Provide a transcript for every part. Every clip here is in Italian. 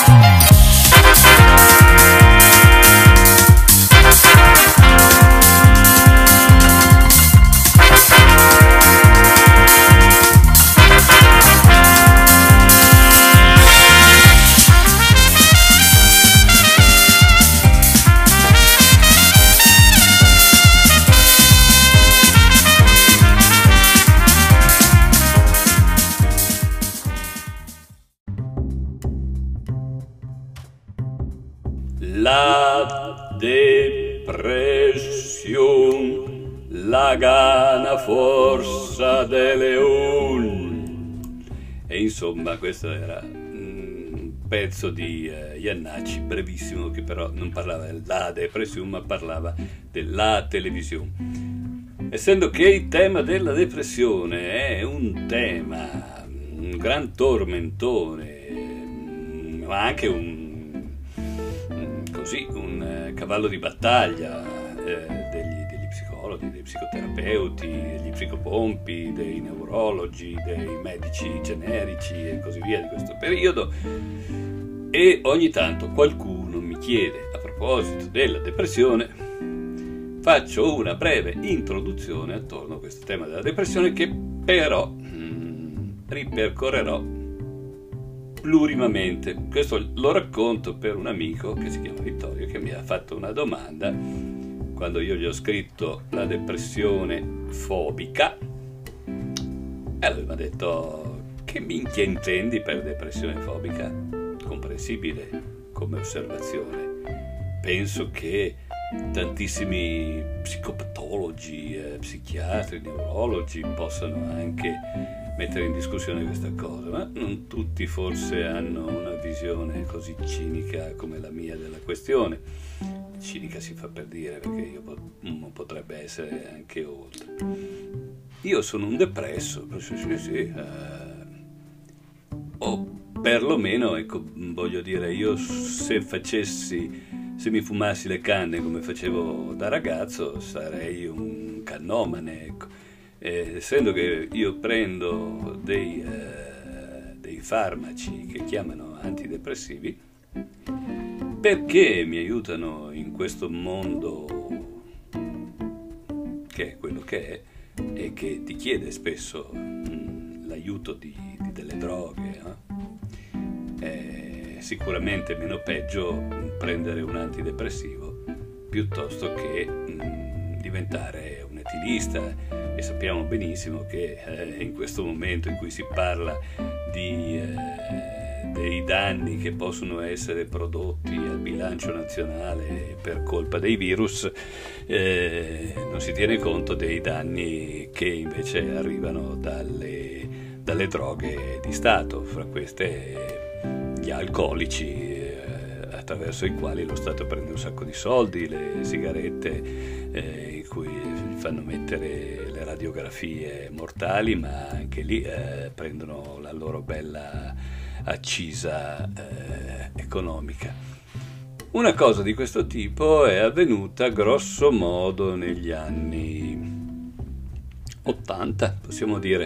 La depressione, la gana forza de leon. E insomma, questo era un pezzo di Iannacci, brevissimo, che però non parlava della depressione, ma parlava della televisione. Essendo che il tema della depressione è un tema, un gran tormentone, ma anche un cavallo di battaglia degli psicologi, dei psicoterapeuti, degli psicopompi, dei neurologi, dei medici generici e così via di questo periodo. E ogni tanto qualcuno mi chiede, a proposito della depressione, faccio una breve introduzione attorno a questo tema della depressione che però ripercorrerò plurimamente. Questo lo racconto per un amico che si chiama Vittorio, che mi ha fatto una domanda quando io gli ho scritto la depressione fobica, e lui mi ha detto: che minchia intendi per depressione fobica? Comprensibile come osservazione. Penso che tantissimi psicopatologi, psichiatri, neurologi possano anche mettere in discussione questa cosa, ma non tutti forse hanno una visione così cinica come la mia della questione. Cinica si fa per dire, perché uno potrebbe essere anche oltre. Io sono un depresso, o perlomeno, ecco, voglio dire, io se mi fumassi le canne come facevo da ragazzo, sarei un cannomane, ecco. Essendo che io prendo dei farmaci che chiamano antidepressivi, perché mi aiutano in questo mondo che è quello che è e che ti chiede spesso l'aiuto di delle droghe, È sicuramente meno peggio prendere un antidepressivo piuttosto che diventare un etilista. E sappiamo benissimo che in questo momento in cui si parla dei danni che possono essere prodotti al bilancio nazionale per colpa dei virus, non si tiene conto dei danni che invece arrivano dalle droghe di Stato, fra queste gli alcolici, attraverso i quali lo Stato prende un sacco di soldi, le sigarette in cui fanno mettere le radiografie mortali, ma anche lì prendono la loro bella accisa economica. Una cosa di questo tipo è avvenuta grosso modo negli anni 80, possiamo dire.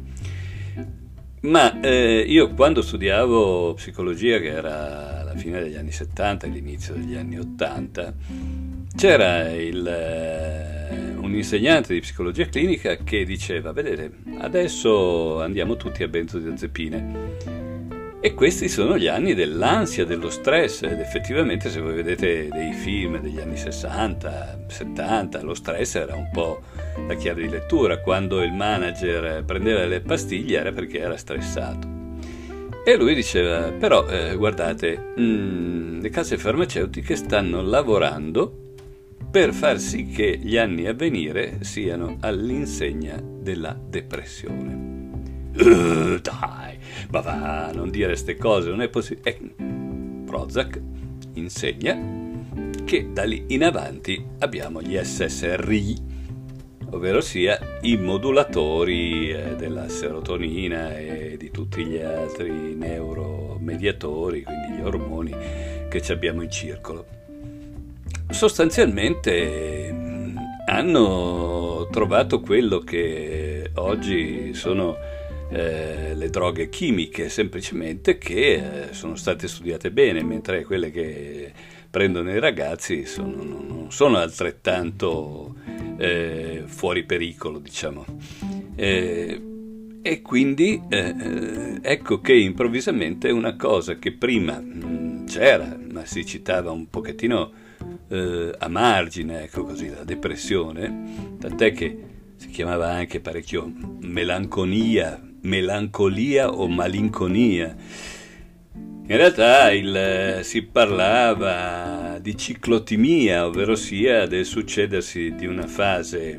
Ma io quando studiavo psicologia, che era la fine degli anni 70 e l'inizio degli anni 80, c'era un insegnante di psicologia clinica che diceva: vedete, adesso andiamo tutti a benzodiazepine. E questi sono gli anni dell'ansia, dello stress, ed effettivamente se voi vedete dei film degli anni 60, 70, lo stress era un po' la chiave di lettura. Quando il manager prendeva le pastiglie era perché era stressato. E lui diceva: però guardate, le case farmaceutiche stanno lavorando per far sì che gli anni a venire siano all'insegna della depressione. Dai, ma va, non dire ste cose, non è possibile. Prozac insegna che da lì in avanti abbiamo gli SSRI, ovvero sia i modulatori della serotonina e di tutti gli altri neuromediatori, quindi gli ormoni che ci abbiamo in circolo. Sostanzialmente hanno trovato quello che oggi sono le droghe chimiche, semplicemente che sono state studiate bene, mentre quelle che prendono i ragazzi non sono altrettanto fuori pericolo, diciamo. E quindi ecco che improvvisamente una cosa che prima c'era, ma si citava un pochettino a margine, ecco così, la depressione, tant'è che si chiamava anche parecchio melancolia o malinconia. In realtà si parlava di ciclotimia, ovvero sia del succedersi di una fase,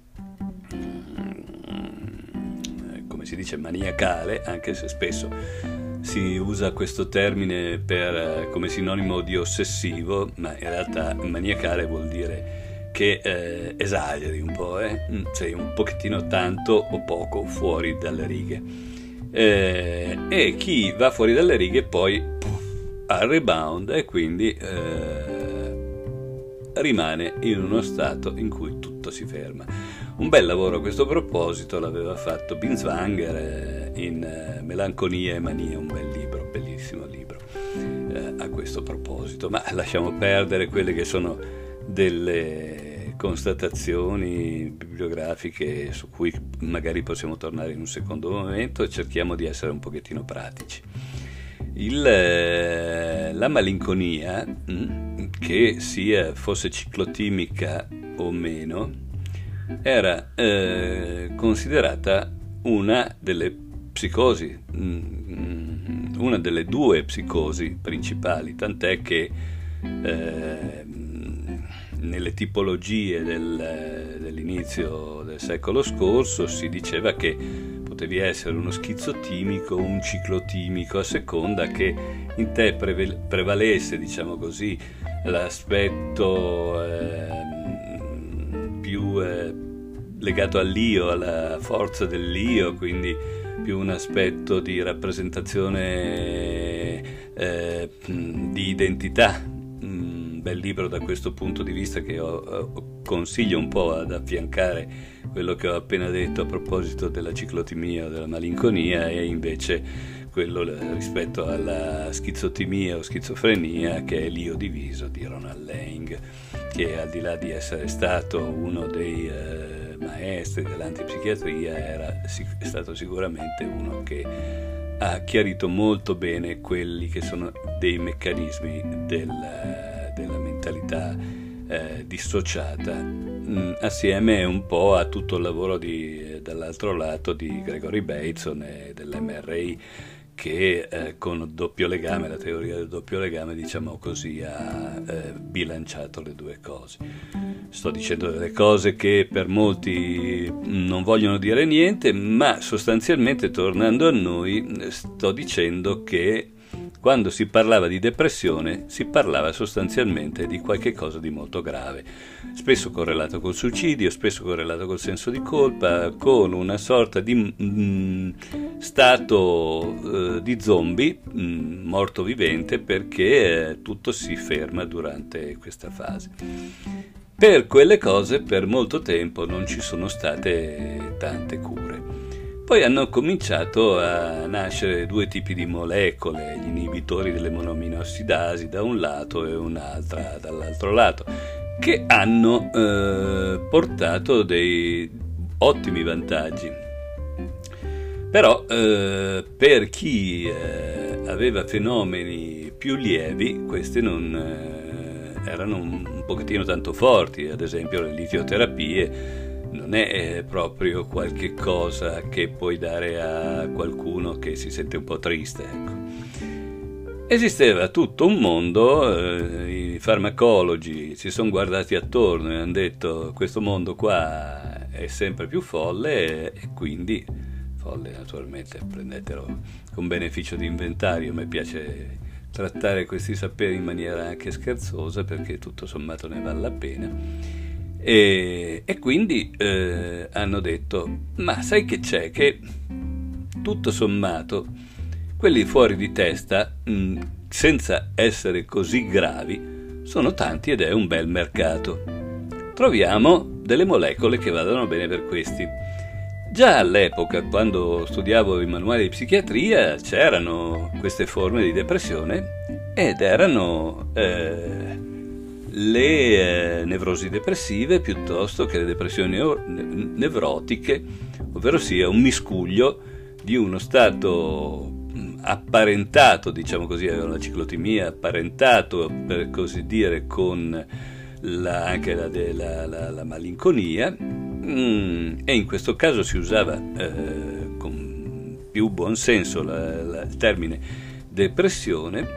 come si dice, maniacale, anche se spesso si usa questo termine come sinonimo di ossessivo, ma in realtà maniacale vuol dire che esageri un po', sei un pochettino tanto o poco fuori dalle righe. E chi va fuori dalle righe poi al rebound e quindi rimane in uno stato in cui tutto si ferma. Un bel lavoro a questo proposito l'aveva fatto Binswanger in Melanconia e Mania, un bel libro, bellissimo libro a questo proposito, ma lasciamo perdere quelle che sono delle constatazioni bibliografiche su cui magari possiamo tornare in un secondo momento, e cerchiamo di essere un pochettino pratici. La malinconia, che fosse ciclotimica o meno, era considerata una delle psicosi, una delle due psicosi principali, tant'è che nelle tipologie dell'inizio del secolo scorso si diceva che potevi essere uno schizotimico o un ciclotimico, a seconda che in te prevalesse, diciamo così, l'aspetto più legato all'io, alla forza dell'io, quindi più un aspetto di rappresentazione di identità. Bel libro da questo punto di vista, che consiglio un po' ad affiancare quello che ho appena detto a proposito della ciclotimia o della malinconia, e invece quello rispetto alla schizotimia o schizofrenia, che è l'io diviso di Ronald Lang, che al di là di essere stato uno dei maestri dell'antipsichiatria è stato sicuramente uno che ha chiarito molto bene quelli che sono dei meccanismi della mentalità dissociata, assieme un po' a tutto il lavoro dall'altro lato di Gregory Bateson e dell'MRI, che con doppio legame, la teoria del doppio legame, diciamo così, ha bilanciato le due cose. Sto dicendo delle cose che per molti non vogliono dire niente, ma sostanzialmente, tornando a noi, sto dicendo che quando si parlava di depressione si parlava sostanzialmente di qualche cosa di molto grave, spesso correlato col suicidio, spesso correlato col senso di colpa, con una sorta di stato di zombie, morto vivente, perché tutto si ferma durante questa fase. Per quelle cose per molto tempo non ci sono state tante cure. Poi hanno cominciato a nascere due tipi di molecole, gli inibitori delle monoaminoossidasi da un lato e un'altra dall'altro lato, che hanno portato dei ottimi vantaggi. Però per chi aveva fenomeni più lievi, questi non erano un pochettino tanto forti. Ad esempio le litioterapie non è proprio qualche cosa che puoi dare a qualcuno che si sente un po' triste, ecco. Esisteva tutto un mondo, i farmacologi si sono guardati attorno e hanno detto: questo mondo qua è sempre più folle, e quindi, folle naturalmente, prendetelo con beneficio di inventario, a me piace trattare questi saperi in maniera anche scherzosa, perché tutto sommato ne vale la pena. E quindi hanno detto: ma sai che c'è? Che tutto sommato quelli fuori di testa, senza essere così gravi, sono tanti ed è un bel mercato. Troviamo delle molecole che vadano bene per questi. Già all'epoca, quando studiavo i manuali di psichiatria, c'erano queste forme di depressione ed erano le nevrosi depressive piuttosto che le depressioni nevrotiche, ovvero sia un miscuglio di uno stato apparentato, diciamo così, la ciclotimia, apparentato per così dire con anche la malinconia, e in questo caso si usava con più buon senso il termine depressione,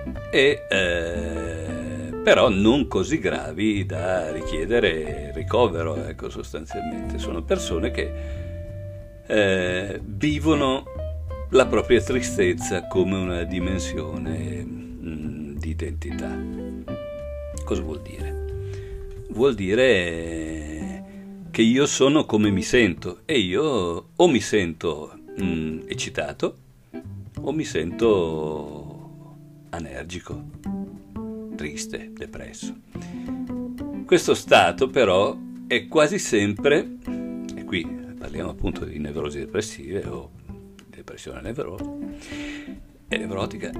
però non così gravi da richiedere ricovero, ecco, sostanzialmente. Sono persone che vivono la propria tristezza come una dimensione di identità. Cosa vuol dire? Vuol dire che io sono come mi sento, e io o mi sento eccitato o mi sento energico, triste, depresso. Questo stato però è quasi sempre, e qui parliamo appunto di nevrosi depressive o depressione nevrotica,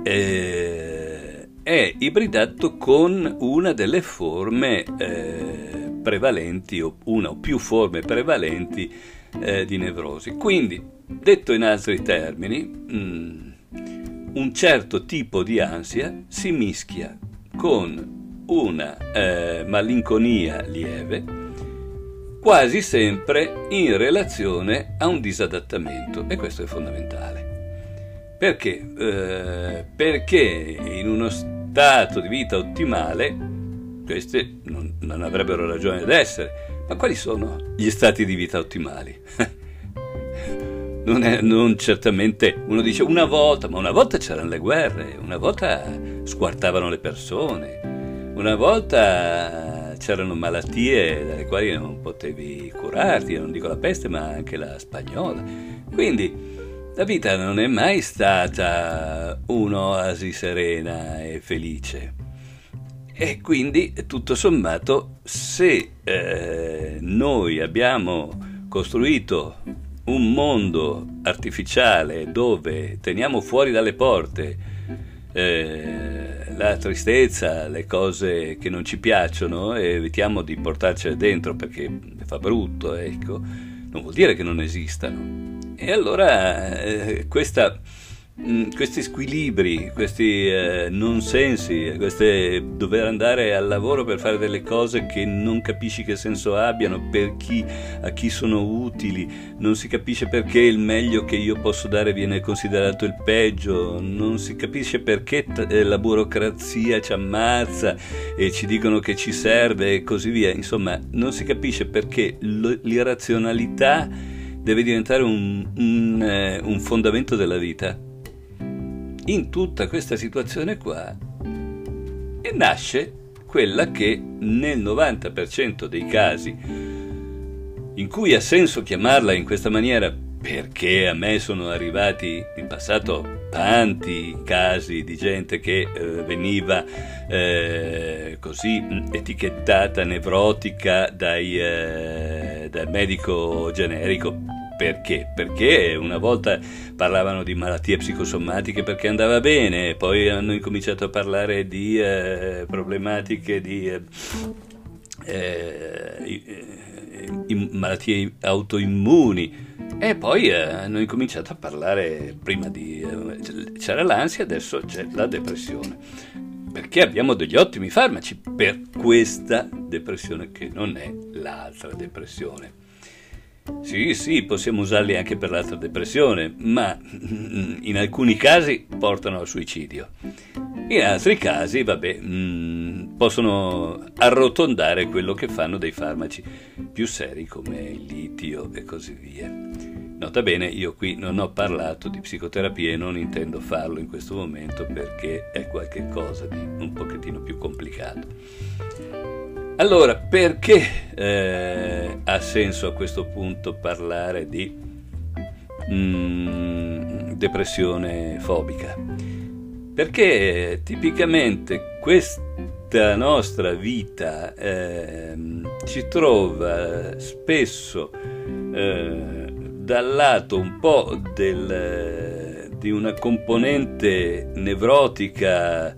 è ibridato con una delle forme prevalenti, o una o più forme prevalenti di nevrosi. Quindi, detto in altri termini, un certo tipo di ansia si mischia con una malinconia lieve, quasi sempre in relazione a un disadattamento, e questo è fondamentale. Perché? Perché in uno stato di vita ottimale queste non avrebbero ragione d'essere. Ma quali sono gli stati di vita ottimali? Non certamente, uno dice una volta c'erano le guerre, una volta squartavano le persone, una volta c'erano malattie dalle quali non potevi curarti, non dico la peste ma anche la spagnola. Quindi la vita non è mai stata un'oasi serena e felice. E quindi, tutto sommato, se noi abbiamo costruito un mondo artificiale dove teniamo fuori dalle porte la tristezza, le cose che non ci piacciono, e evitiamo di portarcele dentro perché fa brutto, ecco, non vuol dire che non esistano. E allora questi squilibri, questi non sensi, dover andare al lavoro per fare delle cose che non capisci che senso abbiano, a chi sono utili, non si capisce perché il meglio che io posso dare viene considerato il peggio, non si capisce perché la burocrazia ci ammazza e ci dicono che ci serve e così via. Insomma, non si capisce perché l'irrazionalità deve diventare un fondamento della vita. In tutta questa situazione qua nasce quella che nel 90% dei casi in cui ha senso chiamarla in questa maniera, perché a me sono arrivati in passato tanti casi di gente che veniva così etichettata nevrotica dal medico generico. Perché? Perché una volta parlavano di malattie psicosomatiche perché andava bene, poi hanno incominciato a parlare di problematiche di malattie autoimmuni, e poi hanno incominciato a parlare c'era l'ansia, adesso c'è la depressione, perché abbiamo degli ottimi farmaci per questa depressione che non è l'altra depressione. Sì, possiamo usarli anche per l'altra depressione, ma in alcuni casi portano al suicidio. In altri casi, possono arrotondare quello che fanno dei farmaci più seri come il litio e così via. Nota bene, io qui non ho parlato di psicoterapia e non intendo farlo in questo momento perché è qualcosa di un pochettino più complicato. Allora, perché ha senso a questo punto parlare di depressione fobica? Perché tipicamente questa nostra vita ci trova spesso dal lato un po' di una componente nevrotica,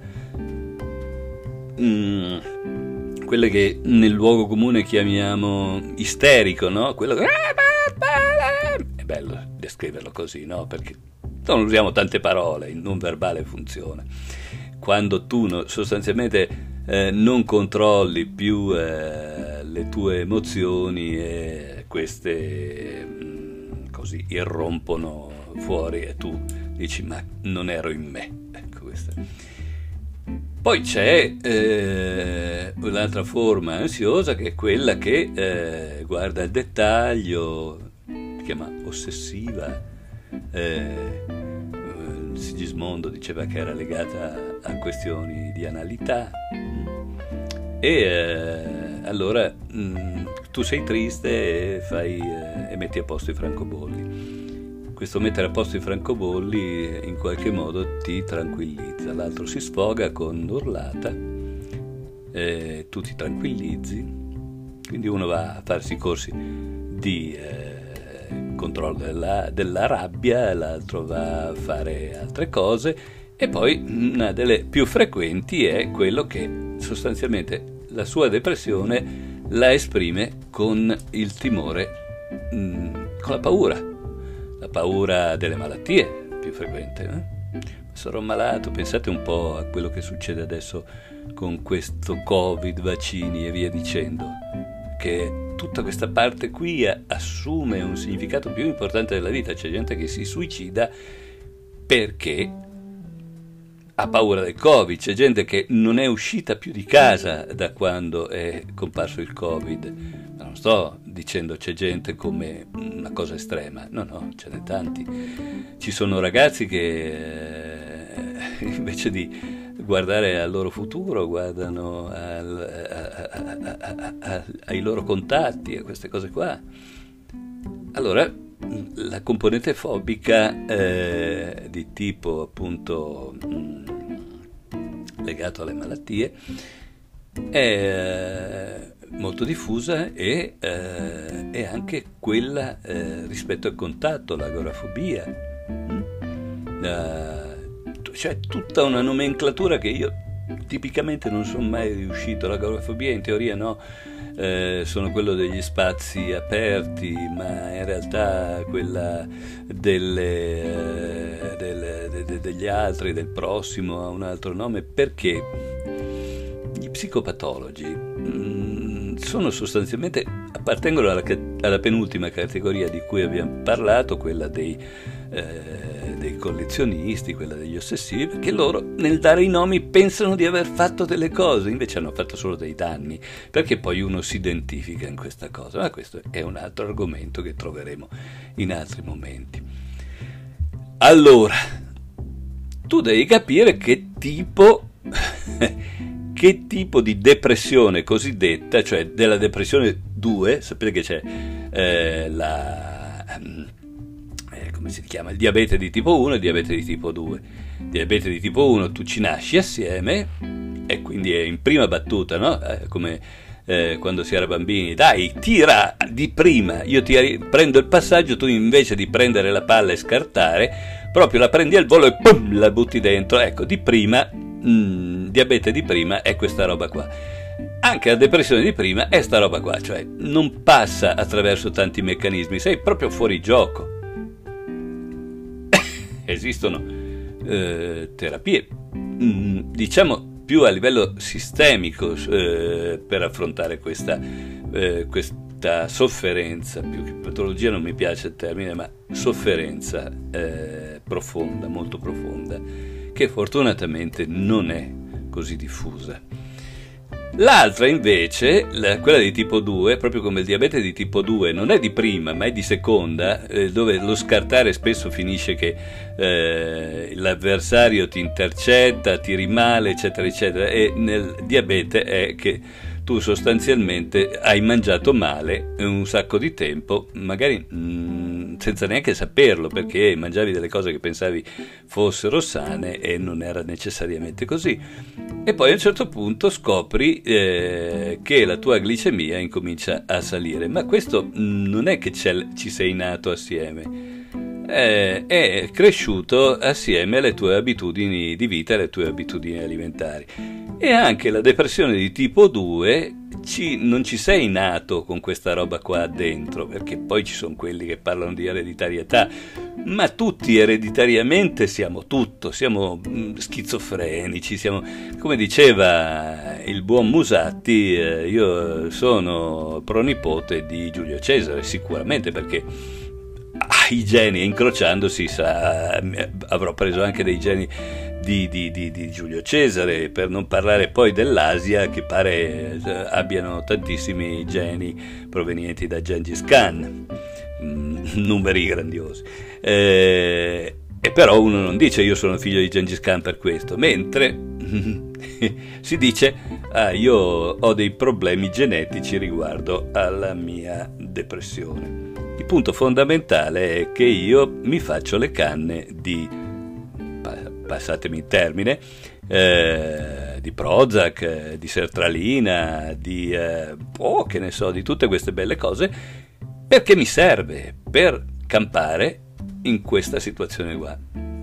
quelle che nel luogo comune chiamiamo isterico, no? Quello che è bello descriverlo così, no? Perché non usiamo tante parole, il non verbale funziona. Quando tu sostanzialmente non controlli più le tue emozioni, e queste così irrompono fuori e tu dici ma non ero in me. Ecco questa. Poi c'è un'altra forma ansiosa, che è quella che guarda il dettaglio, si chiama ossessiva. Sigismondo diceva che era legata a questioni di analità, e allora tu sei triste e metti a posto i francobolli. Questo mettere a posto i francobolli in qualche modo ti tranquillizza, l'altro si sfoga con l'urlata, tu ti tranquillizzi, quindi uno va a farsi corsi di controllo della rabbia, l'altro va a fare altre cose, e poi una delle più frequenti è quello che sostanzialmente la sua depressione la esprime con il timore, con la paura delle malattie, più frequente. Sarò malato, pensate un po' a quello che succede adesso con questo Covid, vaccini e via dicendo, che tutta questa parte qui assume un significato più importante della vita. C'è gente che si suicida perché ha paura del Covid, c'è gente che non è uscita più di casa da quando è comparso il Covid. Ma non sto dicendo c'è gente come una cosa estrema, no, ce n'è tanti. Ci sono ragazzi che invece di guardare al loro futuro guardano ai loro contatti, a queste cose qua. Allora la componente fobica di tipo appunto legato alle malattie è molto diffusa, e anche quella rispetto al contatto, l'agorafobia. C'è tutta una nomenclatura che io tipicamente non sono mai riuscito. L'agorafobia in teoria no, sono quello degli spazi aperti, ma in realtà quella degli altri, del prossimo, ha un altro nome, perché gli psicopatologi sono sostanzialmente, appartengono alla penultima categoria di cui abbiamo parlato, quella dei collezionisti, quella degli ossessivi, perché loro nel dare i nomi pensano di aver fatto delle cose, invece hanno fatto solo dei danni, perché poi uno si identifica in questa cosa. Ma questo è un altro argomento che troveremo in altri momenti. Allora, tu devi capire che tipo di depressione cosiddetta, cioè della depressione 2, sapete che c'è come si chiama? Il diabete di tipo 1 e il diabete di tipo 2. Il diabete di tipo 1 tu ci nasci assieme, e quindi è in prima battuta, no? Come quando si era bambini, dai, tira di prima, io ti prendo il passaggio, tu invece di prendere la palla e scartare, proprio la prendi al volo e pum, la butti dentro. Ecco, di prima, diabete di prima è questa roba qua. Anche la depressione di prima è sta roba qua, cioè non passa attraverso tanti meccanismi, sei proprio fuori gioco. Esistono terapie, diciamo più a livello sistemico, per affrontare questa sofferenza, più che patologia non mi piace il termine, ma sofferenza profonda, molto profonda, che fortunatamente non è così diffusa. L'altra invece, quella di tipo 2, proprio come il diabete di tipo 2, non è di prima ma è di seconda, dove lo scartare spesso finisce che l'avversario ti intercetta, tiri male, eccetera eccetera, e nel diabete è che tu sostanzialmente hai mangiato male un sacco di tempo, magari senza neanche saperlo, perché mangiavi delle cose che pensavi fossero sane e non era necessariamente così. E poi a un certo punto scopri che la tua glicemia incomincia a salire, ma questo non è che ci sei nato assieme, è cresciuto assieme alle tue abitudini di vita e alle tue abitudini alimentari. E anche la depressione di tipo 2 non ci sei nato con questa roba qua dentro, perché poi ci sono quelli che parlano di ereditarietà, ma tutti ereditariamente siamo tutto, siamo schizofrenici, siamo, come diceva il buon Musatti, io sono pronipote di Giulio Cesare, sicuramente, perché i geni, incrociandosi, avrò preso anche dei geni di Giulio Cesare, per non parlare poi dell'Asia, che pare abbiano tantissimi geni provenienti da Gengis Khan, numeri grandiosi, e però uno non dice io sono figlio di Gengis Khan per questo, mentre si dice io ho dei problemi genetici riguardo alla mia depressione. Il punto fondamentale è che io mi faccio le canne passatemi il termine, di Prozac, di sertralina, che ne so, di tutte queste belle cose, perché mi serve per campare in questa situazione qua.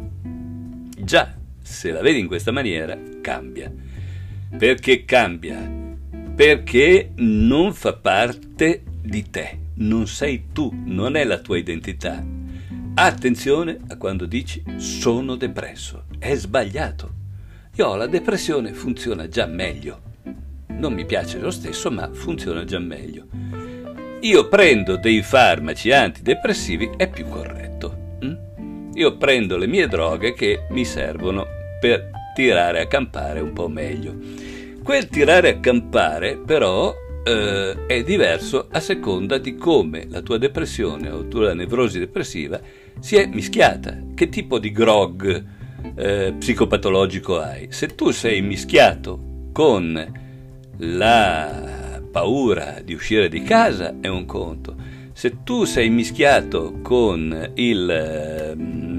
Già, se la vedi in questa maniera, cambia. Perché cambia? Perché non fa parte di te, non sei tu, non è la tua identità. Attenzione a quando dici sono depresso, è sbagliato. Io ho la depressione, funziona già meglio. Non mi piace lo stesso, ma funziona già meglio. Io prendo dei farmaci antidepressivi, è più corretto. Io prendo le mie droghe che mi servono per tirare a campare un po' meglio. Quel tirare a campare, però, è diverso a seconda di come la tua depressione o tua nevrosi depressiva si è mischiata. Che tipo di grog psicopatologico hai? Se tu sei mischiato con la paura di uscire di casa è un conto. Se tu sei mischiato con il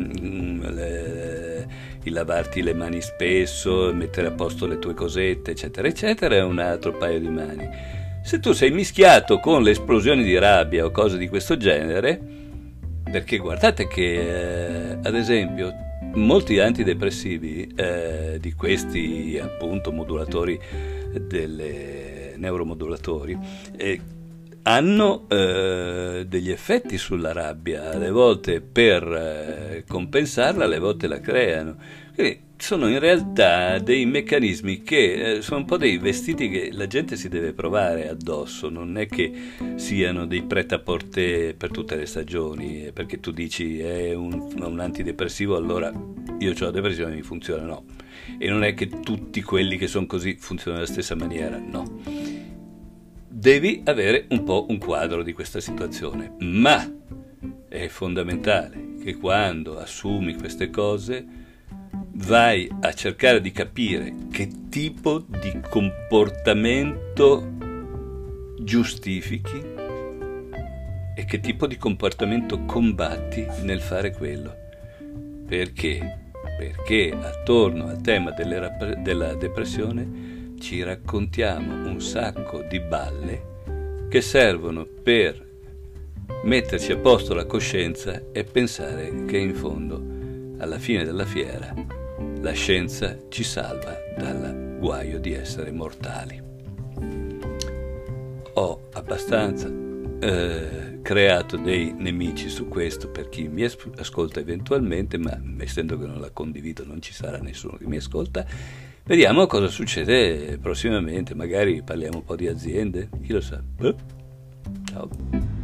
lavarti le mani spesso, mettere a posto le tue cosette, eccetera, eccetera, è un altro paio di mani. Se tu sei mischiato con le esplosioni di rabbia o cose di questo genere, perché guardate che, ad esempio, molti antidepressivi, di questi appunto modulatori, delle neuromodulatori, hanno degli effetti sulla rabbia, alle volte per compensarla, alle volte la creano. Quindi sono in realtà dei meccanismi che sono un po' dei vestiti che la gente si deve provare addosso, non è che siano dei prêt-à-porter per tutte le stagioni, perché tu dici è un antidepressivo, allora io ho la depressione e mi funziona, no. E non è che tutti quelli che sono così funzionano alla stessa maniera, no. Devi avere un po' un quadro di questa situazione, ma è fondamentale che quando assumi queste cose vai a cercare di capire che tipo di comportamento giustifichi e che tipo di comportamento combatti nel fare quello. Perché? Perché attorno al tema della depressione ci raccontiamo un sacco di balle che servono per metterci a posto la coscienza e pensare che in fondo, alla fine della fiera, la scienza ci salva dal guaio di essere mortali. Ho abbastanza creato dei nemici su questo per chi mi ascolta eventualmente, ma essendo che non la condivido non ci sarà nessuno che mi ascolta. Vediamo cosa succede prossimamente, magari parliamo un po' di aziende, chi lo sa. Ciao.